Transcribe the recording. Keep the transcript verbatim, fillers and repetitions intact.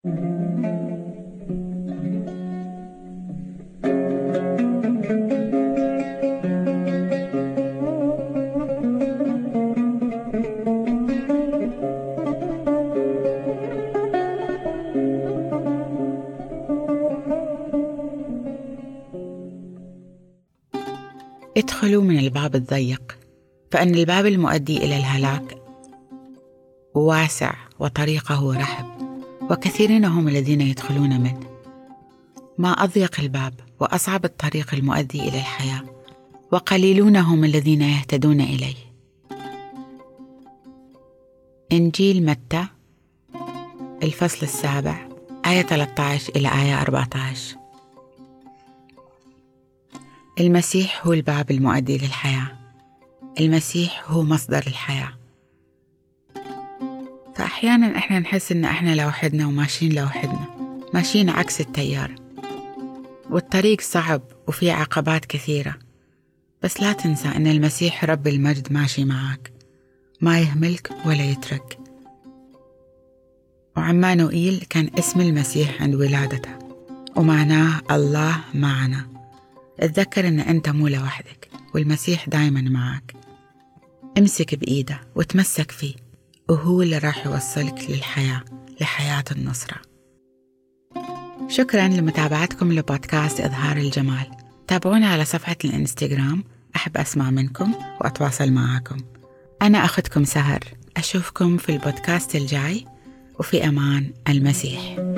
ادخلوا من الباب الضيق، فإن الباب المؤدي إلى الهلاك واسع وطريقه رحب، وكثيرين هم الذين يدخلون منه. ما أضيق الباب وأصعب الطريق المؤدي إلى الحياة، وقليلون هم الذين يهتدون إليه. إنجيل متى الفصل السابع آية ثلاثة عشر إلى آية أربعة عشر. المسيح هو الباب المؤدي للحياة، المسيح هو مصدر الحياة. فأحيانا إحنا نحس إن إحنا لوحدنا وماشيين لوحدنا، ماشيين عكس التيار، والطريق صعب وفيه عقبات كثيرة، بس لا تنسى إن المسيح رب المجد ماشي معك، ما يهملك ولا يترك. وعمانوئيل كان اسم المسيح عند ولادته، ومعناه الله معنا. اتذكر إن أنت مو لوحدك، والمسيح دايما معك. امسك بإيده وتمسك فيه، وهو اللي راح يوصلك للحياة، لحياة النصرة. شكرا لمتابعتكم لبودكاست إظهار الجمال. تابعونا على صفحة الإنستغرام، أحب أسمع منكم وأتواصل معاكم. أنا أختكم سهر، أشوفكم في البودكاست الجاي، وفي أمان المسيح.